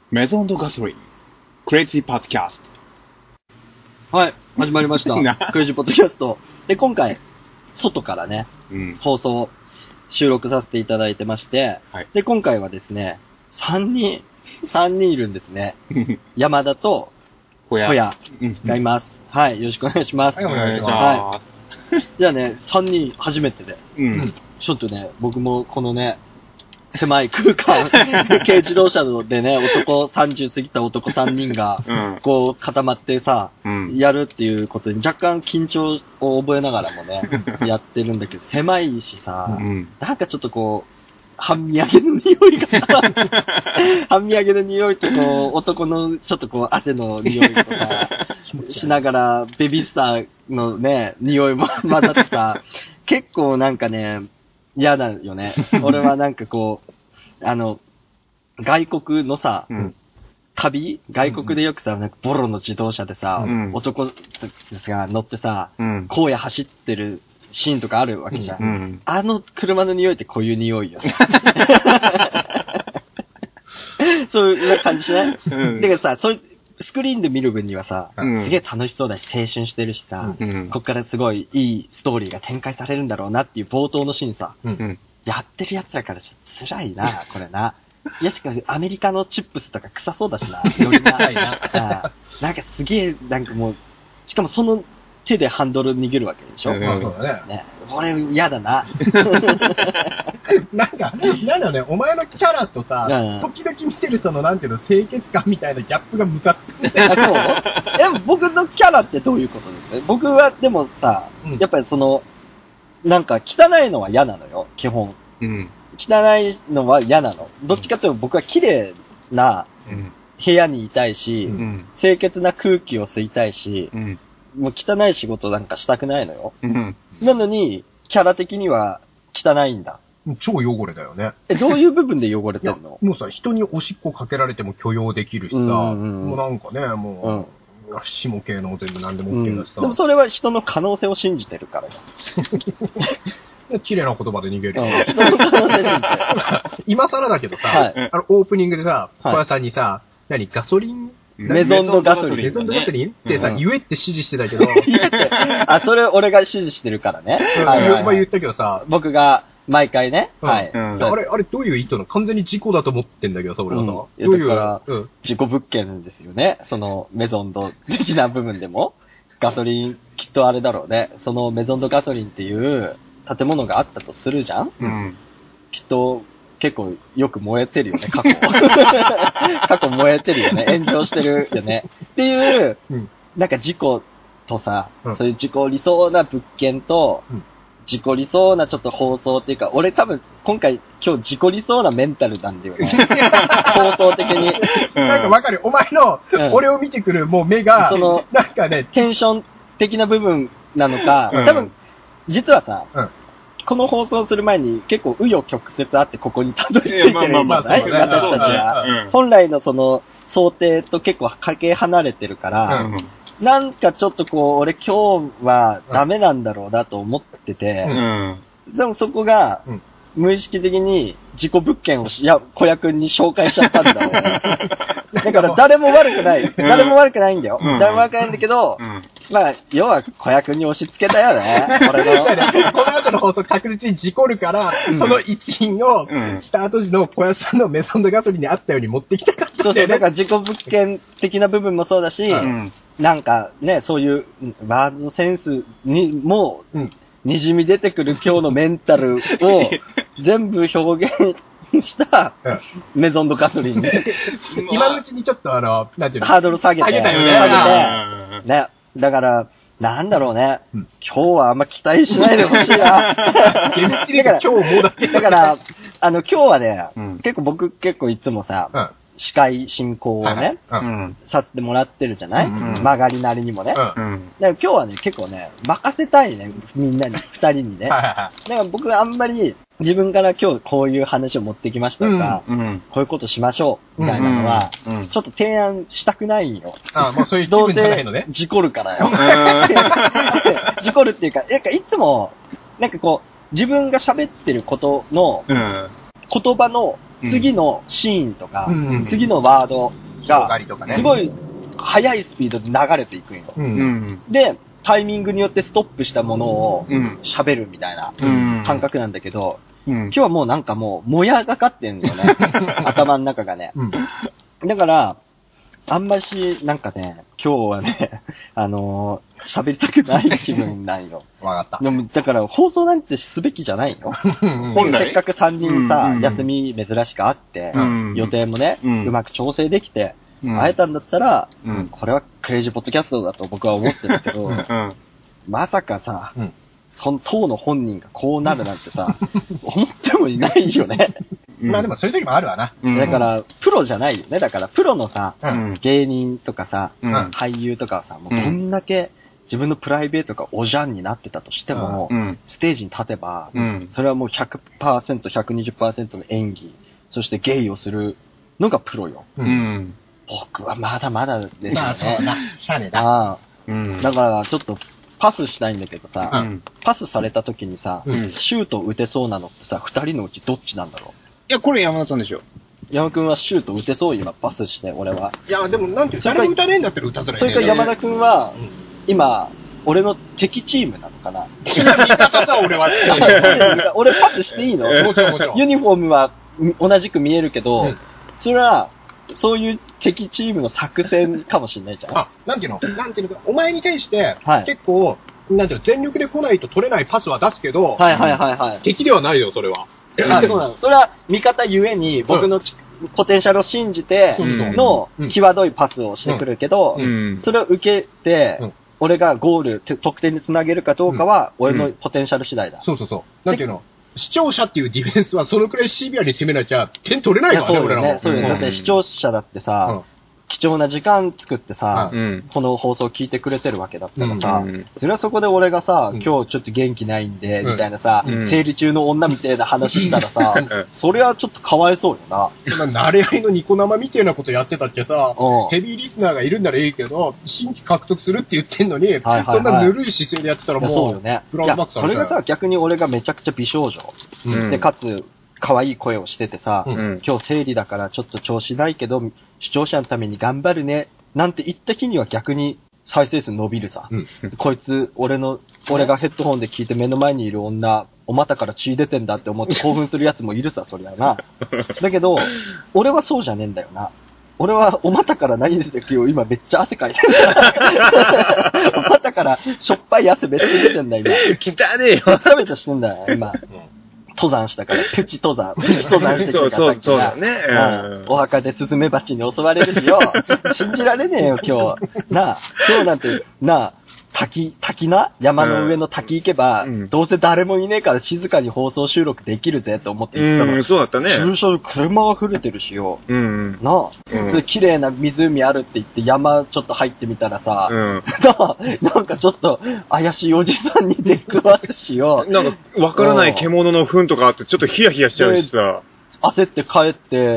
メゾンドガソリン、クレイジーポッドキャスト。 はい、始まりました。クレイジーポッドキャスト。で、今回、外からね、放送、収録させていただいてまして、はい、で、今回はですね、3人いるんですね。山田と、小屋がいます。はい、よろしくお願いします。 はい、お願いします。 じゃあね、3人初めてで、ちょっとね、僕もこのね、狭い空間、軽自動車でね、30過ぎた男3人が、こう固まってさ、やるっていうことに若干緊張を覚えながらもね、やってるんだけど、狭いしさ、なんかちょっとこう、半身揚げの匂いがさ、半身揚げの匂いとこう、男のちょっとこう、汗の匂いとか、しながら、ベビースターのね、匂いも混ざってさ、結構なんかね、嫌だよね。俺はなんかこう、外国のさ、外国でよくさ、なんかボロの自動車でさ、男たちが乗ってさ、荒野走ってるシーンとかあるわけじゃん。あの車の匂いってこういう匂いよ。そういう感じしない？だからさ、そういうスクリーンで見る分にはさ、すげえ楽しそうだし、青春してるしさ、こっからすごいいいストーリーが展開されるんだろうなっていう冒頭のシーンさ、やってる奴らからしたら辛いな、これな。いや、しかしアメリカのチップスとか臭そうだしな、よりな。なんかすげえ、なんかもう、しかもその手でハンドル握るわけでしょ。 そうだね。 これ嫌だな。 なんだね、お前のキャラとさ、時々見てるその、なんていうの、清潔感みたいなギャップがムカつく。 あ、そうでも僕のキャラってどういうことです？僕はでもさ、やっぱりその、なんか汚いのは嫌なのよ、基本。汚いのは嫌なの。どっちかというと僕は綺麗な部屋にいたいし、清潔な空気を吸いたいし、もう汚い仕事なんかしたくないのよ。なのに、キャラ的には汚いんだ。 超汚れだよね。 どういう部分で汚れてんの？ もうさ、人におしっこかけられても許容できるしさ、もうなんかね、もう、下系の全部何でも OK だしさ。 でもそれは人の可能性を信じてるからよ。綺麗な言葉で逃げるよ。今更だけどさ、オープニングでさ、小屋さんにさ、ガソリンメゾンドガソリン。 メゾンドガソリンってさ、言えって指示してたけど。 あ、それ俺が指示してるからね。 お前言ったけどさ。 僕が毎回ね。 はい。あれどういう意図なの？完全に事故だと思ってんだけどさ、俺はさ。どういう。 だから、事故物件ですよね。そのメゾンド的な部分でも。ガソリン、きっとあれだろうね。そのメゾンドガソリンっていう建物があったとするじゃん？きっと、結構よく燃えてるよね、過去。過去燃えてるよね。炎上してるよね。っていう、なんか事故とさ、そういう事故りそうな物件と、事故りそうなちょっと放送っていうか、俺多分今日事故りそうなメンタルなんだよね。放送的に。 なんかわかる。お前の、俺を見てくるもう目が、 その、 なんかね、 テンション的な部分なのか、多分、実はさ、この放送する前に結構紆余曲折あってここにたどり着いてるんじゃない？私たちは。本来のその想定と結構かけ離れてるから、なんかちょっとこう、俺今日はダメなんだろうなと思ってて、でもそこが、無意識的に事故物件を小屋くんに紹介しちゃったんだろうね。だから誰も悪くない。誰も悪くないんだよ。誰も悪くないんだけど、まあ、要は小屋くんに押し付けたよね。俺の。 この後の放送確実に事故るから、その一因を、スタート時の小屋さんのメゾンドガソリンにあったように持ってきたかったんだよね。 そう、だから事故物件的な部分もそうだし、なんかね、そういうワードセンスにも、にじみ出てくる今日のメンタルを全部表現したメゾンドガソリンで。 今のうちにちょっとなんていうの？ ハードル下げて。 下げたよね。 下げて。ね。だから、なんだろうね。今日はあんま期待しないでほしいな。 厳密に今日もだけ。 だから、今日はね、僕結構いつもさ、司会進行をね、させてもらってるじゃない？曲がりなりにもね。だから今日はね、結構ね、任せたいね、みんなに、二人にね。だから僕はあんまり自分から今日こういう話を持ってきましたとか、こういうことしましょう、みたいなのは、ちょっと提案したくないんよ。 もうそういう気分じゃないのね。 どうせ事故るからよ。事故るっていうか、いつも、なんかこう、自分が喋ってることの、言葉の次のシーンとか、次のワードが、すごい速いスピードで流れていくんよ。で、タイミングによってストップしたものを喋るみたいな感覚なんだけど、今日はもうなんかもう、もやがかってんだよね。頭の中がね。だから、あんまし、なんかね、今日はね、喋りたくない気分ないよ。 わかった。 でも、だから放送なんてすべきじゃないよ。せっかく3人さ、休み珍しくあって、予定もね、うまく調整できて、会えたんだったら、これはクレイジーポッドキャストだと僕は思ってるけど、まさかさ、当の本人がこうなるなんてさ、思ってもいないよね。 まあでもそういう時もあるわな。 だから、プロじゃないよね。だから、プロのさ、芸人とかさ、俳優とかはさ、もうどんだけ自分のプライベートがおじゃんになってたとしても、ステージに立てば、それはもう 100%、120% の演技、そして芸をするのがプロよ。僕はまだまだですよね。 まあそうだ。シャネだ。 だから、ちょっと、パスしたいんだけどさ、パスされた時にさ、シュート打てそうなのってさ、二人のうちどっちなんだろう？ いや、これ山田さんでしょ。 山田くんはシュート打てそう今パスして、俺は。 いや、でもなんて、誰も打たねえんだったら打たせないね。 それから山田くんは、今、俺の敵チームなのかな？ 味方さ、俺は。 俺パスしていいの？ もちろんもちろん。 ユニフォームは同じく見えるけど、それは、そういう敵チームの作戦かもしれないじゃん。 なんていうのお前に対して、結構、なんていうの、全力で来ないと取れないパスは出すけど、敵ではないよ、それは。 そうなの。それは味方ゆえに僕のポテンシャルを信じての際どいパスをしてくるけど、それを受けて、俺がゴール、得点につなげるかどうかは、俺のポテンシャル次第だ。 そう。なんていうの視聴者っていうディフェンスはそのくらいシビアに攻めなきゃ点取れないからね、俺らも。 そうよね。だって視聴者だってさ、貴重な時間作ってさ、この放送聞いてくれてるわけだったらさ、それはそこで俺がさ、今日ちょっと元気ないんで、みたいなさ、生理中の女みたいな話したらさ、それはちょっとかわいそうよな。 慣れ合いのニコ生みたいなことやってたっけさ、ヘビーリスナーがいるんならいいけど、新規獲得するって言ってんのに、そんなぬるい姿勢でやってたらもう、 そうよね。いや、それがさ、逆に俺がめちゃくちゃ美少女。で、かつ、可愛い声をしててさ、今日生理だからちょっと調子ないけど、視聴者のために頑張るね、なんて言った日には逆に再生数伸びるさ。こいつ、俺がヘッドホンで聞いて目の前にいる女、お股から血出てんだって思って興奮するやつもいるさ、そりゃな。だけど、俺はそうじゃねえんだよな。俺はお股から何出てくよ、今めっちゃ汗かいてる。お股からしょっぱい汗めっちゃ出てんだ、今。 汚ねえよ。 食べたしてんだよ、今。登山したから、プチ登山してきたから。 そうだね。 お墓でスズメバチに襲われるしよ。信じられねえよ、今日。今日なんて、滝な山の上の滝行けば、どうせ誰もいねえから静かに放送収録できるぜと思って行ったの。 そうだったね。 駐車場車が溢れてるしよ。綺麗な湖あるって言って山ちょっと入ってみたらさ、なんかちょっと怪しいおじさんに出くわすしよ。 なんかわからない獣の糞とかあってちょっとヒヤヒヤしちゃうしさ。 焦って帰って、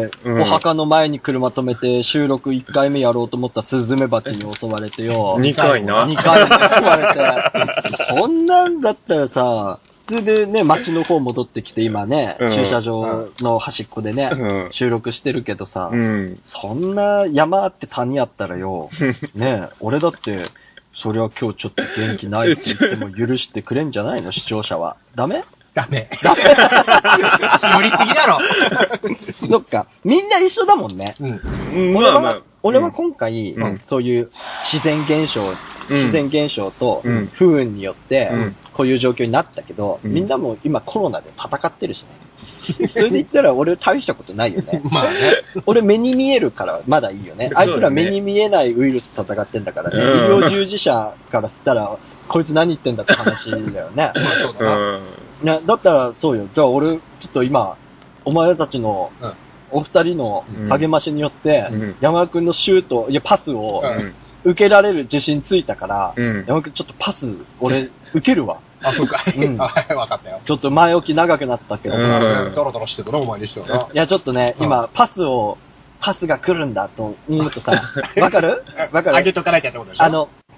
お墓の前に車止めて収録1回目やろうと思ったらスズメバチに襲われてよ。 2回な。 2回襲われて。そんなんだったらさ、それでね、街の方戻ってきて今ね、駐車場の端っこでね、収録してるけどさ、そんな山あって谷あったらよ、ね、俺だって、そりゃ今日ちょっと元気ないって言っても許してくれんじゃないの、視聴者は。ダメ。 寄りすぎだろ。 そっか。みんな一緒だもんね。俺は今回、そういう自然現象と不運によって、こういう状況になったけど、みんなも今コロナで戦ってるしね。それで言ったら俺大したことないよね。俺目に見えるからまだいいよね。あいつら目に見えないウイルスと戦ってんだからね。医療従事者からしたら、こいつ何言ってんだって話だよね。だったらそうよ。じゃあ俺、ちょっと今、お前たちの、お二人の励ましによって、山田くんのシュート、パスを、受けられる自信ついたから、山田くんちょっとパス、俺、受けるわ。 そうか。わかったよ。 ちょっと前置き長くなったけどさ。 ドロドロしてるな、お前にしてはな。 いや、ちょっとね、今、パスが来るんだと思うとさ、わかる上げとかなきゃってことでしょ。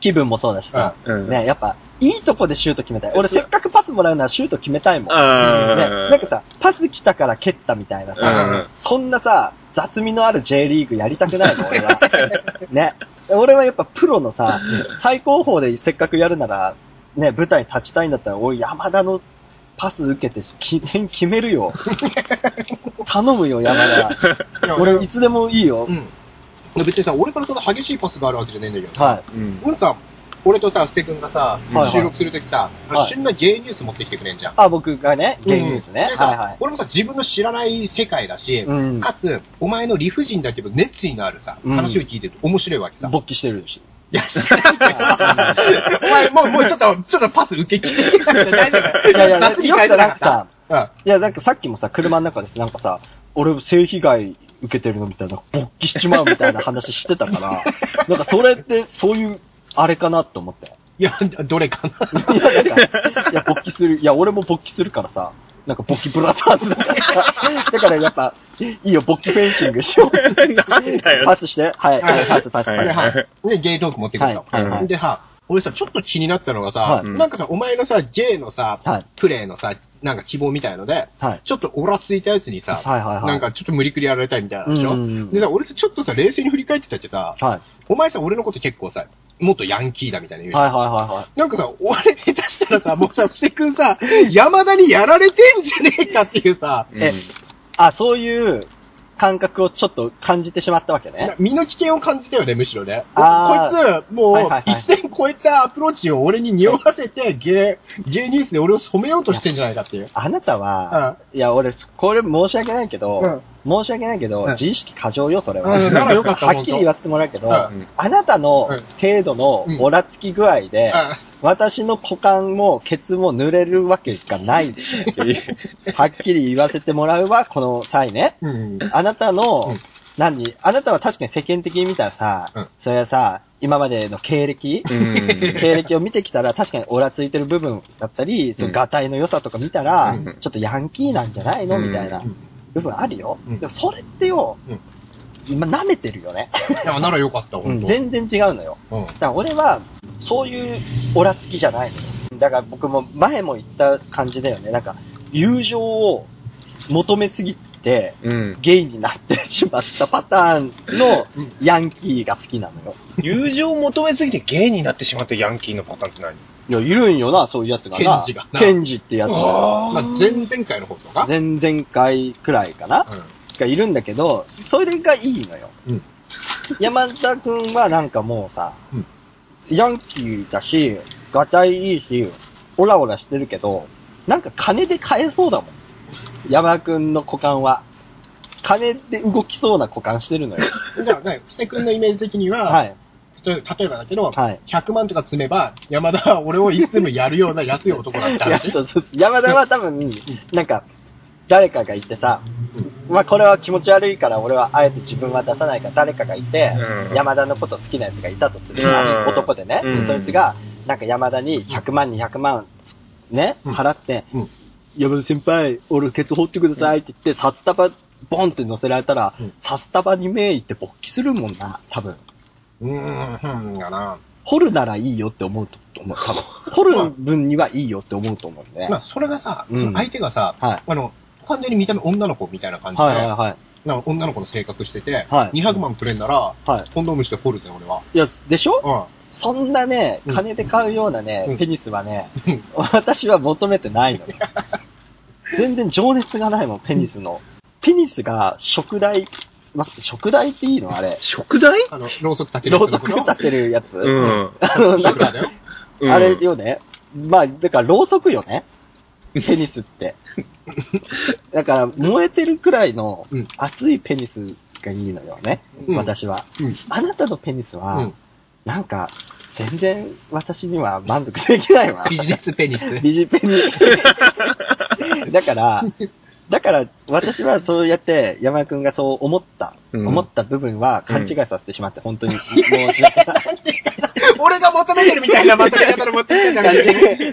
気分もそうだしさ、ね、やっぱ、いいとこでシュート決めたい。俺せっかくパスもらうならシュート決めたいもん。ね、なんかさ、パス来たから蹴ったみたいなさ、そんなさ、雑味のある J リーグやりたくないの、俺は。ね。俺はやっぱプロのさ、最高峰でせっかくやるなら、ね、舞台に立ちたいんだったら、俺山田のパス受けて点決めるよ。頼むよ、山田。俺いつでもいいよ。 別にさ、俺からそんな激しいパスがあるわけじゃねえんだけど。 はい。 俺さ、俺とさ、布施君がさ、収録するときさ、旬なゲイニュース持ってきてくれんじゃん。 あ、僕がね、ゲイニュースね。はいはい。 俺もさ、自分の知らない世界だし、かつ、お前の理不尽だけど熱意のあるさ、話を聞いてると面白いわけさ。 勃起してるし。 いや、知らないけど。お前、もうちょっとパス受け切れてない大丈夫。 いや、よくなんかさ、いや、なんかさっきもさ、車の中でなんかさ、俺性被害受けてるのみたいな、勃起しちまうみたいな話してたから、なんかそれってそういう、あれかなって思って。 いや、どれかな。 いや、勃起する。いや、俺も勃起するからさ、なんか勃起ブラザーズだからさ、だからやっぱ、いいよ、勃起フェンシングしよう。なんだよ。パスして。はい、パス。 で、ゲイトーク持ってくると。で、俺さ、ちょっと気になったのがさ、なんかさ、お前のさ、ゲイのさ、プレイのさ、なんか希望みたいので、ちょっとオラついたやつにさ、なんかちょっと無理くりやられたいみたいなでしょ。でさ、俺さ、ちょっとさ、冷静に振り返ってたってさ、お前さ、俺のこと結構さ、もっとヤンキーだみたいな言うじゃん。なんかさ、俺下手したらさ、もうさ、布施君さ、山田にやられてんじゃねえかっていうさ、 そういう感覚をちょっと感じてしまったわけね。 身の危険を感じたよね、むしろね。こいつ、もう、一線超えたアプローチを俺に匂わせて、ゲイニュースで俺を染めようとしてんじゃないかっていう。 あなたは、いや、俺、これ申し訳ないけど、自意識過剰よ、それは。 ならよかった。 はっきり言わせてもらうけど、あなたの程度のオラつき具合で、私の股間もケツも濡れるわけがないでしょっていう。はっきり言わせてもらうわ、この際ね。あなたの、あなたは確かに世間的に見たらさ、それはさ、今までの経歴を見てきたら確かにオラついてる部分だったり、そのガタイの良さとか見たら、ちょっとヤンキーなんじゃないのみたいな部分あるよ。でもそれってよ、今舐めてるよね。 いや、ならよかった、本当。 全然違うのよ。だから俺は、そういうオラつきじゃないのよ。だから僕も前も言った感じだよね。なんか、友情を求めすぎて、ゲイになってしまったパターンのヤンキーが好きなのよ。 友情を求めすぎてゲイになってしまったヤンキーのパターンって何？ いや、いるんよな、そういうやつがな。ケンジってやつが。 前々回の方とか前々回くらいかな、がいるんだけど、それがいいのよ。山田くんはなんかもうさ、ヤンキーだし、ガタイいいし、オラオラしてるけど、なんか金で買えそうだもん。山田くんの股間は。金で動きそうな股間してるのよ。 じゃあ、ね、布施くんのイメージ的には、例えばだけど、100万とか積めば、山田は俺をいつでもやるような安い男だったらしい。 山田は多分、なんか、誰かがいてさ、まあこれは気持ち悪いから俺はあえて自分は出さないから誰かがいて、山田のこと好きなやつがいたとする、男でね、そいつが、なんか山田に100万200万ね、払って、山田先輩、俺ケツ掘ってくださいって言って、札束ボンって乗せられたら、札束に目いって勃起するもんな、多分。 だな。 掘るならいいよって思うと思う、多分。掘る分にはいいよって思うと思うね。 まあ、それがさ、その相手がさ、完全に見た目女の子みたいな感じで、なんか女の子の性格してて、200万くれんなら、コンドームして掘るぜ、俺は。 いや、でしょ？そんなね、金で買うようなね、ペニスはね、私は求めてないのよ。全然情熱がないもん、ペニスの。ペニスが食代、食代っていいのあれ。 食代？ ろうそく立てるやつ。 ろうそく立てるやつ。なんか、あれよね。まあ、だからろうそくよね。ペニスって。だから、燃えてるくらいの熱いペニスがいいのよね。私は。あなたのペニスは、なんか、全然私には満足できないわ。 ビジネスペニス。 ビジペニ。だから私はそうやって山田くんがそう思った部分は勘違いさせてしまって、本当に申し訳ない。 俺が求めてるみたいなまとめ方で持ってきてんだから。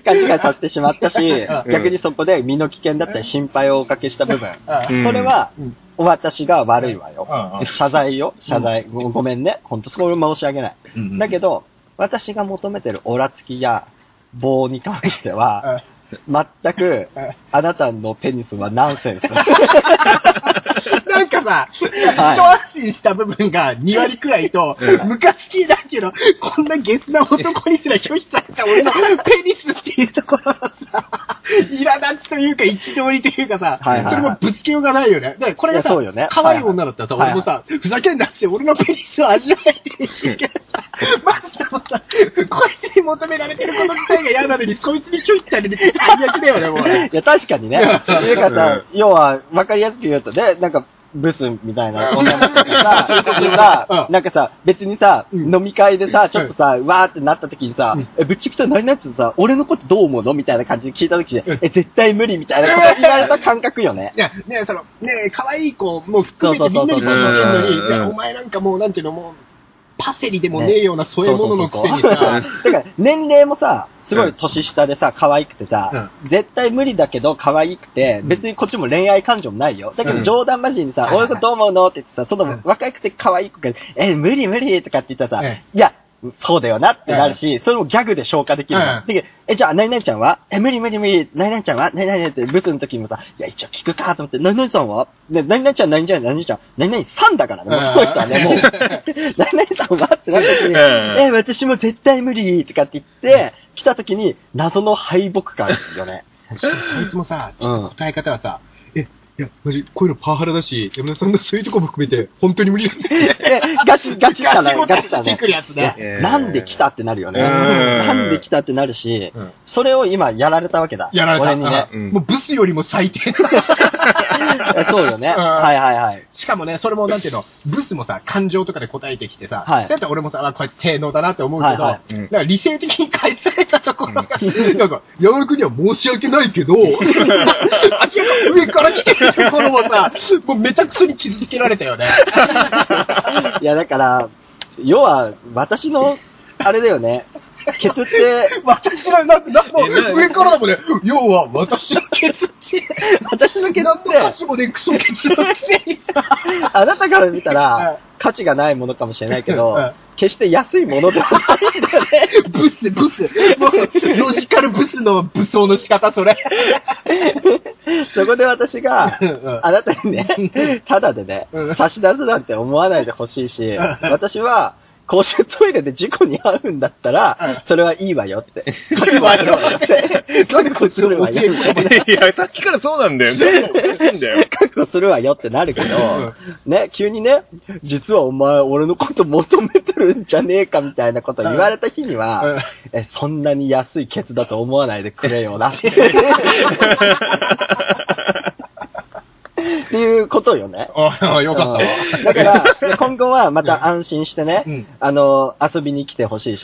勘違いさせてしまったし、逆にそこで身の危険だったり心配をおかけした部分。これは、私が悪いわよ。謝罪よ。ごめんね。本当それ申し訳ない。だけど、 私が求めてるオラつきや棒に関しては、全く、あなたのペニスはナンセンス。 なんかさ、一安心した部分が2割くらいと、ムカつきだけど、こんなゲスな男にすら拒否された俺のペニスっていうところのさ、苛立ちというか、憤りというかさ、それもぶつけようがないよね。だからこれがさ、可愛い女だったらさ、俺もさ、ふざけんなって俺のペニスを味わえてるけどさ、マスターもさ、こいつに求められてること自体が嫌なのに、そいつに拒否されるって最悪だよね、もうね。 いや、確かにね。いうかさ、要は、わかりやすく言うとね、なんか、ブスみたいな女の子がさ、なんかさ、別にさ、飲み会でさ、ちょっとさ、わーってなった時にさ、ぶっちゃけさ、何々ってさ、俺のことどう思うのみたいな感じで聞いた時に、絶対無理みたいなこと言われた感覚よね。 いや、ねその、可愛い子も含めてみんなにそう言ってるのに、お前なんかもう、なんていうの、もう、パセリでもねえような添え物のくせにさ。だから年齢もさ、すごい年下でさ、可愛くてさ、絶対無理だけど可愛くて、別にこっちも恋愛感情もないよ。だけど冗談交じりにさ、俺のことどう思うのって言ってさ、その若くて可愛い子が、無理無理とかって言ったらさ、いや、そうだよなってなるし、それもギャグで消化できるの。で、じゃあ、何々ちゃんは無理無理無理、何々ちゃんは何々ってブスの時にもさ、いや、一応聞くかと思って、何々さんは何々ちゃん、何々ちゃん、何々ちゃん、何々さんだからね、もうそういう人はね、もう、何々さんはってなった時に、私も絶対無理とかって言って、来た時に、謎の敗北感よね。 そいつもさ、ちょっと答え方はさ、いや、マジ、こういうのパワハラだし、山田さんのそういうとこも含めて、本当に無理だね。 ガチ来たね。ガチ来たね。 くるやつね。 なんで来たってなるよね。なんで来たってなるし、それを今やられたわけだ。 やられた。 俺にね。 もうブスよりも最低そうよね。はいはいはい。 しかもね、それもなんていうの、ブスもさ、感情とかで答えてきてさ、そうやったら俺もさ、こいつ低能だなって思うけど、なんか理性的に返されたところが、なんか、山田君には申し訳ないけど、明らか上から来てるところもさ、もうめちゃくちゃに傷つけられたよね。 いやだから、要は、私の、あれだよね。ケツって、 私の、上からだもんね。要は、私のケツって、 私のケツって、 なんと価値もね、クソケツのくせにさ。 あなたから見たら、価値がないものかもしれないけど、決して安いものではないんだよね。 ブス。もう、ロジカルブスの武装の仕方、それ。 そこで私が、あなたにね、ただでね、差し出すなんて思わないでほしいし、私は、公衆トイレで事故に遭うんだったら、それはいいわよって。覚悟するわよ。 いや、さっきからそうなんだよね。おかしいんだよ。 覚悟するわよってなるけど、ね、急にね、実はお前俺のこと求めてるんじゃねえかみたいなこと言われた日には、そんなに安いケツだと思わないでくれよなって。っていうことよね。 よかったわ。 だから、今後はまた安心してね、遊びに来てほしいし、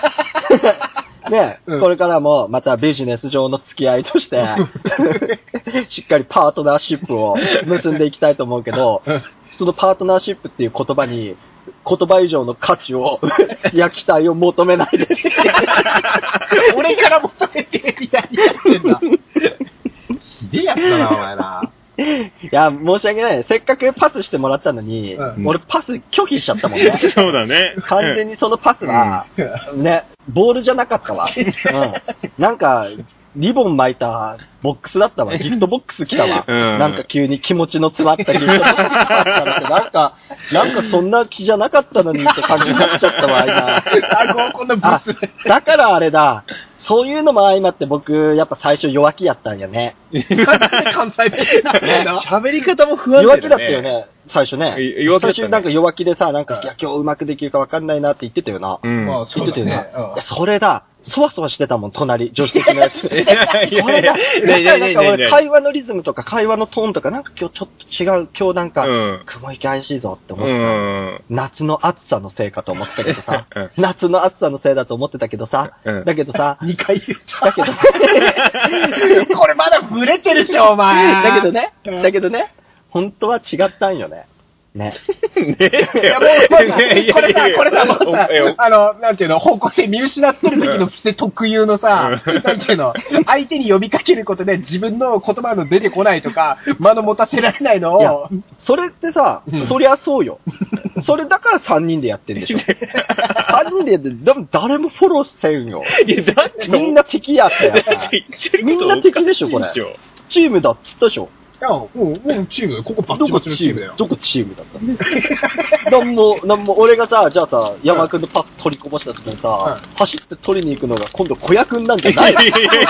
ね、これからもまたビジネス上の付き合いとして、しっかりパートナーシップを結んでいきたいと思うけど、そのパートナーシップっていう言葉に、言葉以上の価値を、や期待を求めないで。 俺から求めてみたいにやってんだ。ひでえやつだな、お前な。 いや、申し訳ない。せっかくパスしてもらったのに、俺パス拒否しちゃったもんね。 そうだね。 完全にそのパスは、ね、ボールじゃなかったわ。なんか、リボン巻いたボックスだったわ。ギフトボックス来たわ。なんか急に気持ちの詰まったギフトボックスだったらなんかそんな気じゃなかったのにって感じになっちゃったわ、今。 こんなブス。 だからあれだ。そういうのも相まって僕、やっぱ最初弱気やったんやね。 関西弁喋り方も不安定だね。 弱気だったよね、最初ね。 最初なんか弱気でさ、なんか、いや今日うまくできるかわかんないなって言ってたよな。言ってたよな。それだ。そわそわしてたもん、隣、助手席のやつ。それだ。なんか俺、会話のリズムとか会話のトーンとか、なんか今日ちょっと違う、今日なんか、雲行き怪しいぞって思ってた。夏の暑さのせいかと思ってたけどさ、夏の暑さのせいだと思ってたけどさ、だけどさ、 2回言った。 だけど、 これまだブレてるっしょ、お前。 だけどね、本当は違ったんよね。 ね。 いや、もう、これさ、もうさ、なんていうの、方向性見失ってる時の癖特有のさ、なんていうの、相手に呼びかけることで自分の言葉の出てこないとか、間の持たせられないのを。 それってさ、そりゃそうよ。それだから3人でやってんでしょ。3人でやって、でも誰もフォローしてんよ。 いや、だって。 みんな敵やったやん。みんな敵でしょ、これ。チームだっつったでしょ。 いや、チームだよ。ここバッチバチのチームだよ。 どこチームだったなんも、俺がさ、じゃあさ、山田くんのパス取りこぼした時にさ、走って取りに行くのが今度小屋くんなんじゃない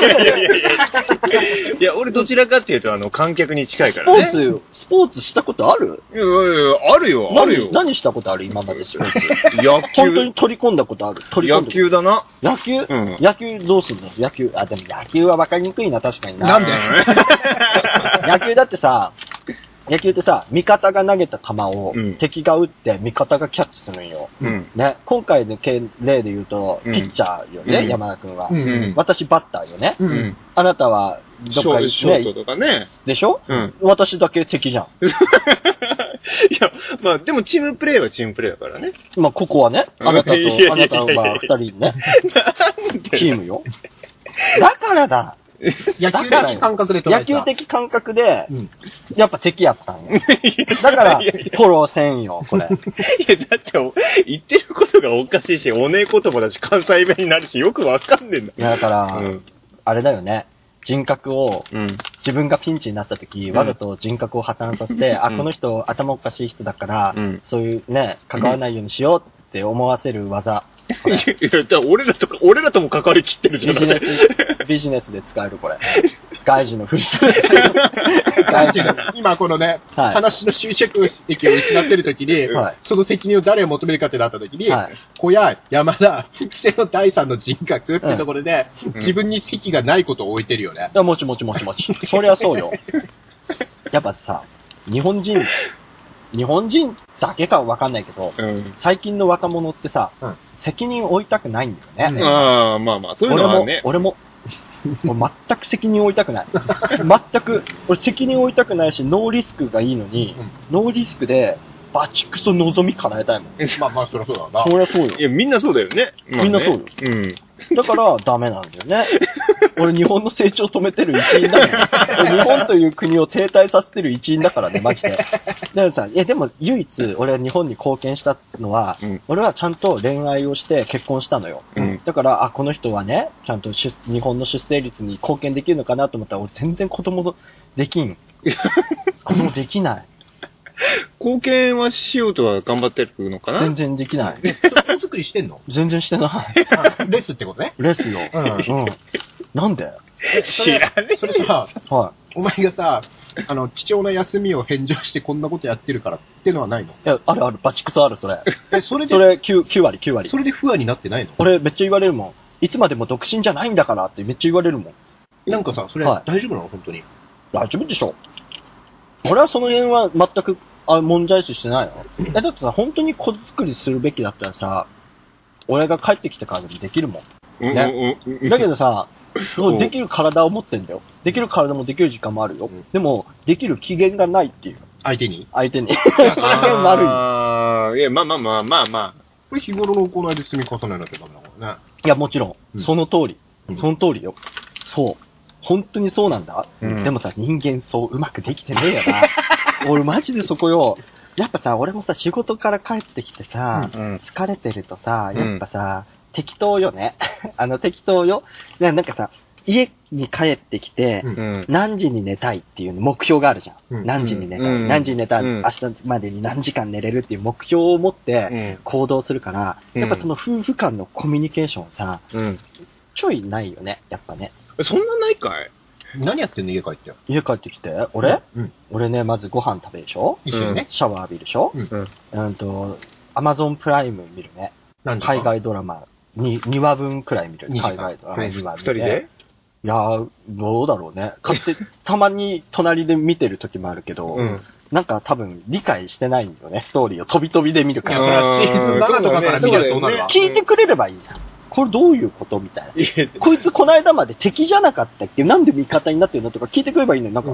いや、俺どちらかっていうと、観客に近いからね。 スポーツしたことある？ いや、あるよ。 何したことある今までスポーツ。 野球。 本当に取り込んだことある？ 野球だな。 野球？野球どうすんの？野球。でも野球は分かりにくいな、確かにな。 なんで野球だってさ、野球ってさ、味方が投げた球を敵が打って味方がキャッチするんよ。ね、今回の例で言うと、ピッチャーよね、山田くんは。私バッターよね。あなたはどっかショートとかね。 でしょ？私だけ敵じゃん。 いや、まあでもチームプレーはチームプレーだからね。 まあここはね、あなたと二人ね。チームよ。だからだ。 野球的感覚で捉えた。 野球的感覚で、やっぱ敵やったんよ。だから、フォローせんよ、これ。いや、 だって、言ってることがおかしいし、おねえ言葉だし、関西弁になるし、よくわかんねえんだ。 いや、だから、あれだよね。人格を、自分がピンチになった時、わざと人格を破綻させて、この人頭おかしい人だから、そういうね、関わらないようにしようって思わせる技。 いや、じゃあ俺らとも関わりきってるじゃん。 ビジネスで使える、これ。外事のふりする。 今このね、話の終着駅を失ってる時に、その責任を誰を求めるかってなった時に、小屋、山田、癖の第三の人格ってところで、自分に責がないことを置いてるよね。 もち。そりゃそうよ。やっぱさ、日本人だけかわかんないけど、最近の若者ってさ、責任を負いたくないんだよね。 まあ、そういうのはね。 俺も全く責任を負いたくない。全く、俺責任を負いたくないし、ノーリスクがいいのに、ノーリスクで、バチクソ望み叶えたいもん。 まあ、そりゃそうだな。 そりゃそうよ。 いや、みんなそうだよね。 みんなそうよ。だからダメなんだよね。俺日本の成長を止めてる一員だもん。日本という国を停滞させてる一員だからね、マジで。だからさ、でも唯一俺は日本に貢献したのは、俺はちゃんと恋愛をして結婚したのよ。だから、この人はね、ちゃんと日本の出生率に貢献できるのかなと思ったら、俺全然子供できん。子供できない。 貢献はしようとは頑張ってるのかな？ 全然できない。 子作りしてんの？ 全然してない。 レスってことね？ レスよ。なんで？ 知らねえ。 それさ、お前がさ、貴重な休みを返上してこんなことやってるからってのはないの？いや、ある、バチクソある、それ。 それ 9割。 それで不安になってないの？ 俺めっちゃ言われるもん。いつまでも独身じゃないんだからってめっちゃ言われるもん。 なんかさ、それ大丈夫なの？本当に。 大丈夫でしょ。俺はその辺は全く、問題視してないよ。だってさ、本当に子作りするべきだったらさ、俺が帰ってきてからでもできるもん。ね。だけどさ、できる体を持ってんだよ。できる体もできる時間もあるよ。でも、できる機嫌がないっていう。 相手に。 それが悪い。いや、まあ。 これ日頃の行いで積み重ねなきゃダメだからね。 いや、もちろん。その通り。その通りよ。そう。本当にそうなんだ。でもさ、人間そううまくできてねえよな。俺マジでそこよ。やっぱさ、俺もさ、仕事から帰ってきてさ、疲れてるとさ、やっぱさ、適当よね。適当よ。なんかさ、家に帰ってきて、何時に寝たいっていう目標があるじゃん。何時に寝たい。何時に寝たい。明日までに何時間寝れるっていう目標を持って行動するから、やっぱその夫婦間のコミュニケーションさ、ちょいないよね、やっぱね。 そんなないかい？ 何やってんの？家帰って。 家帰ってきて俺ね、まずご飯食べるでしょ？ 一緒にね。 シャワー浴びるでしょ？Amazon プライム見るね。海外ドラマ2話分くらい見る。海外ドラマ2話分。 2人で？ いやー、どうだろうね。たまに隣で見てる時もあるけど、なんか多分理解してないんよね、ストーリーを飛び飛びで見るから。 いや、それはシーズン7とかから見りゃそうなるわ。 聞いてくれればいいじゃん。これどういうことみたいな。こいつこの間まで敵じゃなかったっけ？なんで味方になってるのとか聞いてくればいいのに、なんか、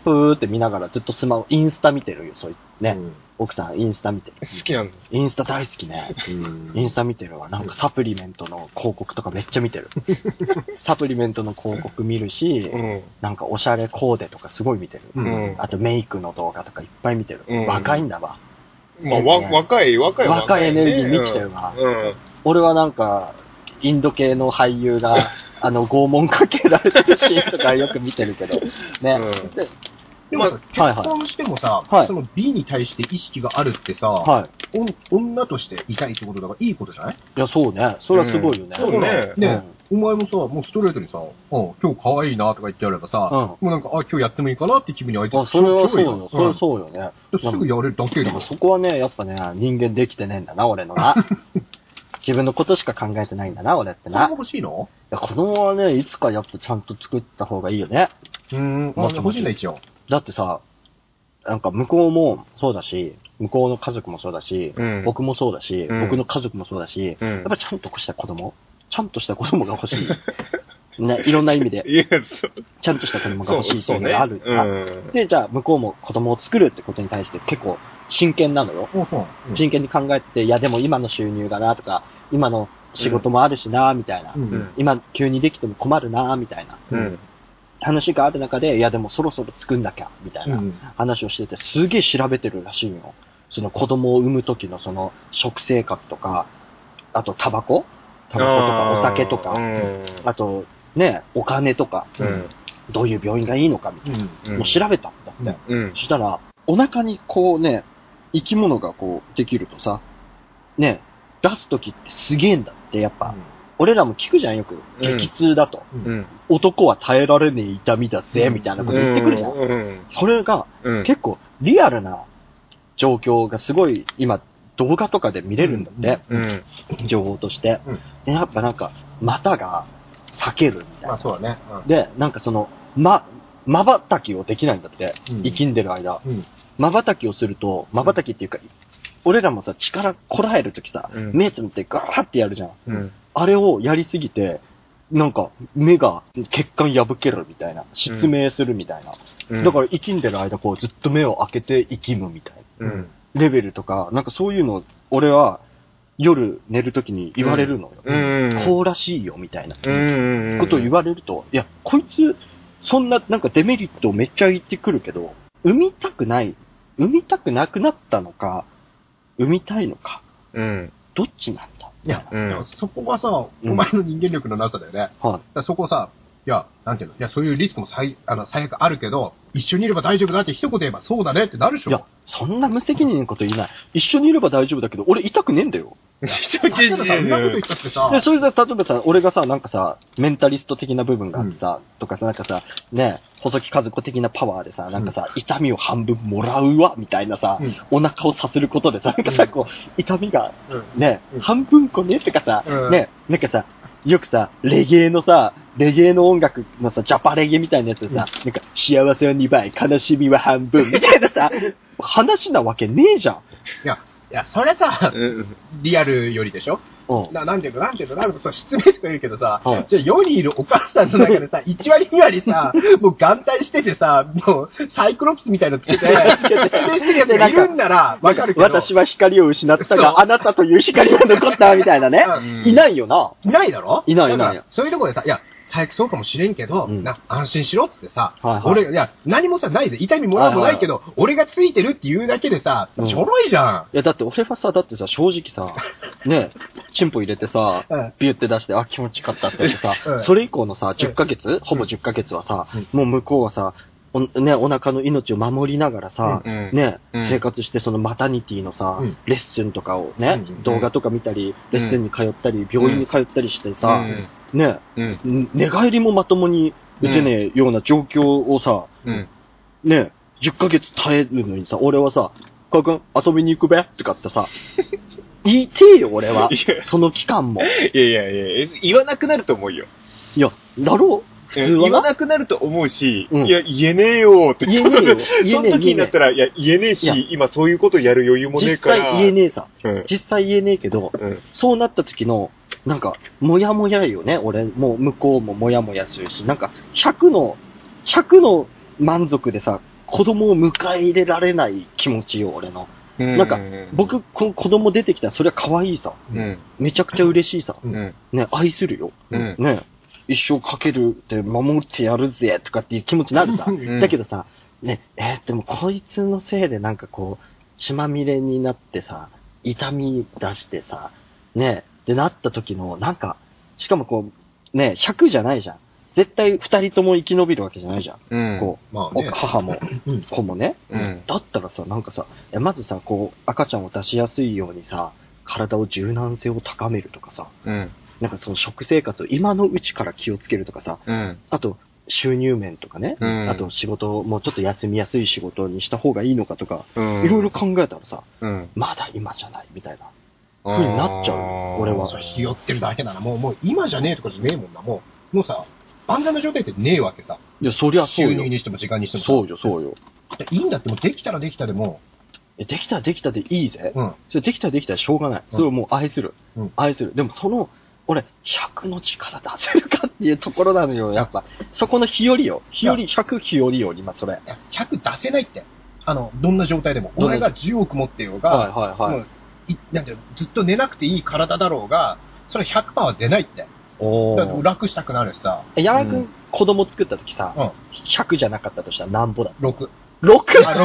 ふーって見ながらずっとスマホ、インスタ見てるよ、そういうね。奥さん、インスタ見てる。 好きなんだ。 インスタ大好きね。インスタ見てるわ。なんかサプリメントの広告とかめっちゃ見てる。サプリメントの広告見るし、なんかおしゃれコーデとかすごい見てる。あとメイクの動画とかいっぱい見てる。若いんだわ。 まあ、若いエネルギー満ちてるわ。俺はなんか、インド系の俳優が、拷問かけられてるシーンとかよく見てるけど、ね。 でもさ、結婚してもさ、その美に対して意識があるってさ、女としていたいってことだからいいことじゃない？ いや、そうね。それはすごいよね。 そうね。ね、お前もさ、もうストレートにさ、今日可愛いなとか言ってやればさ、もうなんか、今日やってもいいかなって気分に相手それはそうよ。それはそうよね。 すぐやれるだけだ。 そこはね、やっぱね、人間できてねえんだな、俺のな。自分のことしか考えてないんだな、俺ってな。 子供欲しいの？ いや、子供はね、いつかやっぱちゃんと作った方がいいよね。 欲しいんだ一応。 だってさ、なんか向こうもそうだし、向こうの家族もそうだし、僕もそうだし、僕の家族もそうだし、やっぱちゃんとした子供が欲しい。ね、いろんな意味で。ちゃんとした子供が欲しいっていうのがあるから。で、じゃあ向こうも子供を作るってことに対して結構真剣なのよ。真剣に考えてて、いやでも今の収入がなとか、今の仕事もあるしなみたいな。今急にできても困るなみたいな。話がある中で、いやでもそろそろ作んなきゃ、みたいな話をしてて、すげえ調べてるらしいよ。その子供を産む時のその食生活とか、あとタバコとかお酒とか、あとね、お金とか、どういう病院がいいのかみたいな。もう調べたんだって。そしたら、お腹にこうね、生き物がこうできるとさ、ね、出す時ってすげえんだって、やっぱ。俺らも聞くじゃんよく。激痛だと。男は耐えられねえ痛みだぜ、みたいなこと言ってくるじゃん。それが、結構リアルな状況がすごい今、動画とかで見れるんだって。情報として。で、やっぱなんか、股が裂けるみたいな。 まあそうだね。 で、なんかその、瞬きをできないんだって。生きんでる間。瞬きをすると、瞬きっていうか、俺らもさ、力こらえるときさ、目つむってガーってやるじゃん。あれをやりすぎて、なんか、目が血管破けるみたいな。失明するみたいな。だから生きんでる間、こうずっと目を開けて生きむみたいな。レベルとか、なんかそういうの、俺は夜寝るときに言われるのよ。こうらしいよ、みたいな。ことを言われると、いや、こいつ、そんな、なんかデメリットをめっちゃ言ってくるけど、産みたくなくなったのか、産みたいのか。どっちなんだ？ いや、そこがさ、お前の人間力のなさだよね。そこさ、いや、なんていうの、いや、そういうリスクも最悪あるけど、一緒にいれば大丈夫だって一言言えばそうだねってなるでしょ。 いや、そんな無責任なこと言いない。一緒にいれば大丈夫だけど、俺痛くねえんだよ。 そんなこと言ったってさ。 で、それで、例えばさ、俺がさ、なんかさ、メンタリスト的な部分があってさ、とかさ、なんかさ、ね、細木和子的なパワーでさ、なんかさ、痛みを半分もらうわ、みたいなさ、お腹をさすることでさ、なんかさ、こう、痛みが、ね、半分こね、とかさ、ね、なんかさ、よくさ、レゲエの音楽のさ、ジャパレゲみたいなやつでさ、なんか、幸せは2倍、悲しみは半分、みたいなさ、話なわけねえじゃん。 いや、それさ、リアルよりでしょ？なんていうの、失明とか言うけどさ、じゃあ世にいるお母さんの中でさ、1割2割さ、もう眼帯しててさ、もうサイクロプスみたいなのつけて、失明してるやつがいるんなら、わかるけど。 私は光を失ったが、あなたという光は残ったみたいなね。いないよな。 いないだろ？ いない。 そういうところでさ、いや、最悪そうかもしれんけど、安心しろってさ、俺、いや、何もさ、ないぜ。痛みもらうもないけど、俺がついてるって言うだけでさ、ちょろいじゃん。 いや、だって俺はさ、だってさ、正直さ、ね、チンポ入れてさ、ビュって出して、あ、気持ちよかったって言ってさ、それ以降のさ、10ヶ月、ほぼ10ヶ月はさ、もう向こうはさ、お腹の命を守りながらさ、ね、生活して、そのマタニティのさ、レッスンとかをね、動画とか見たり、レッスンに通ったり、病院に通ったりしてさ、ね、寝返りもまともに打てねえような状況をさ、ね、10ヶ月耐えるのにさ、俺はさ、かくん遊びに行くべとかってさ、言いてえよ、俺は。その期間も。 いや、言わなくなると思うよ。 いや、だろう普通は言わなくなると思うし、いや、言えねえよって。 言えねえよ。 その時になったら、いや、言えねえし、今そういうことやる余裕もねえから。 実際言えねえさ。実際言えねえけど、そうなった時の、なんか、もやもやよね、俺。もう向こうももやもやするし、なんか、100の満足でさ、 子供を迎え入れられない気持ちよ、俺の。なんか、僕、この子供出てきたらそれは可愛いさ。めちゃくちゃ嬉しいさ。ね、愛するよ。ね、一生かけるって守ってやるぜとかっていう気持ちになるさ。だけどさ、ね、でもこいつのせいでなんかこう、血まみれになってさ、痛み出してさ、ね、ってなった時の、なんか、しかもこう、ね、100じゃないじゃん。絶対二人とも生き延びるわけじゃないじゃん。こう、まあね、母も子もね、だったらさ、なんかさ、まずさ、こう、赤ちゃんを出しやすいようにさ、体を柔軟性を高めるとかさ、なんかその食生活を今のうちから気をつけるとかさ、あと、収入面とかね、あと仕事もちょっと休みやすい仕事にした方がいいのかとか、いろいろ考えたらさ、まだ今じゃないみたいな風になっちゃうよ、俺は。 ひよってるだけだな。もう今じゃねえとかじゃねえもんな。もうさ、万全な状態ってねえわけさ。 いや、そりゃそうよ。 収入にしても時間にしても。 そうよ、そうよ。 いいんだって、もうできたらできたでも。 できたらできたでいいぜ。それできたらできたらしょうがない。それをもう愛する。愛する。でもその、俺、100の力出せるかっていうところなのよ、やっぱ。そこの日和よ。100日和よ、今それ。 100出せないって。どんな状態でも。俺が10億持ってようが、なんてずっと寝なくていい体だろうが、それ 100% は出ないって。だって楽したくなるしさ。 山田くん、子供作った時さ、100じゃなかったとしたら何歩だ ?6。 6? あ、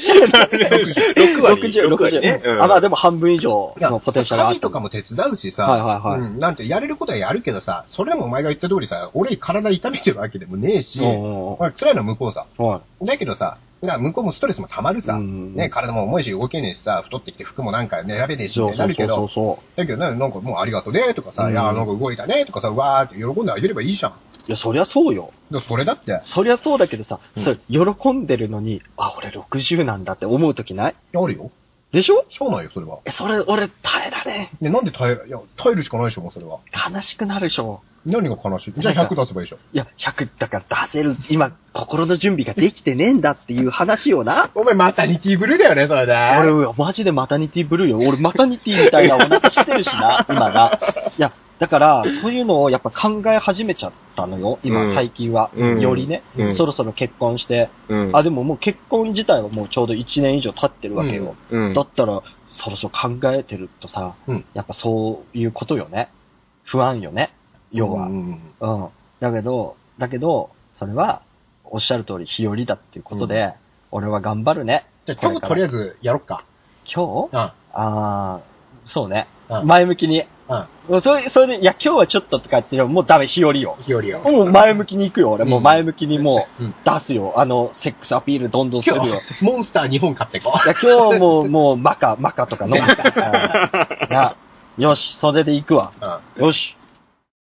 60。まあでも半分以上のポテンシャルある。 髪とかも手伝うしさ、なんてやれることはやるけどさ、それでもお前が言った通りさ、俺体痛めてるわけでもねえし、辛いのは向こうさ。だけどさ、向こうもストレスも溜まるさ、ね、体も重いし動けねえしさ、太ってきて服もなんか選べねえしってなるけど、だけどね、なんかもうありがとうねとかさ、いや、なんか動いたねとかさ、わーって喜んであげればいいじゃん。 いや、そりゃそうよ。 それだって。 そりゃそうだけどさ、それ喜んでるのに、あ、俺60なんだって思うときない？ あるよ。 でしょ？ しょうないよ、それは。 それ、俺耐えられん。 ね、なんで耐えるしかないでしょ、もうそれは。 悲しくなるでしょ。 何が悲しい？じゃあ100出せばいいでしょ。 いや、100だから出せる、今、心の準備ができてねえんだっていう話をな。 お前マタニティブルーだよね、それで。 俺、マジでマタニティブルーよ。俺マタニティみたいなお腹知ってるしな、今な。いや、だから、そういうのをやっぱ考え始めちゃったのよ、今、最近は。よりね、そろそろ結婚して。でももう結婚自体はもうちょうど1年以上経ってるわけよ。だったら、そろそろ考えてるとさ、やっぱそういうことよね。不安よね。要は。だけど、それは、おっしゃる通り日和だっていうことで、俺は頑張るね。 じゃあ今日とりあえずやろっか。 今日？そうね。前向きに。それで、いや、今日はちょっととかっていうのもうダメ、日和よ。 日和よ。 もう前向きに行くよ、俺。もう前向きにもう出すよ。セックスアピールどんどんするよ。 モンスター2本買ってこう。 いや、今日もうマカとか飲むから。よし、それで行くわ。よし。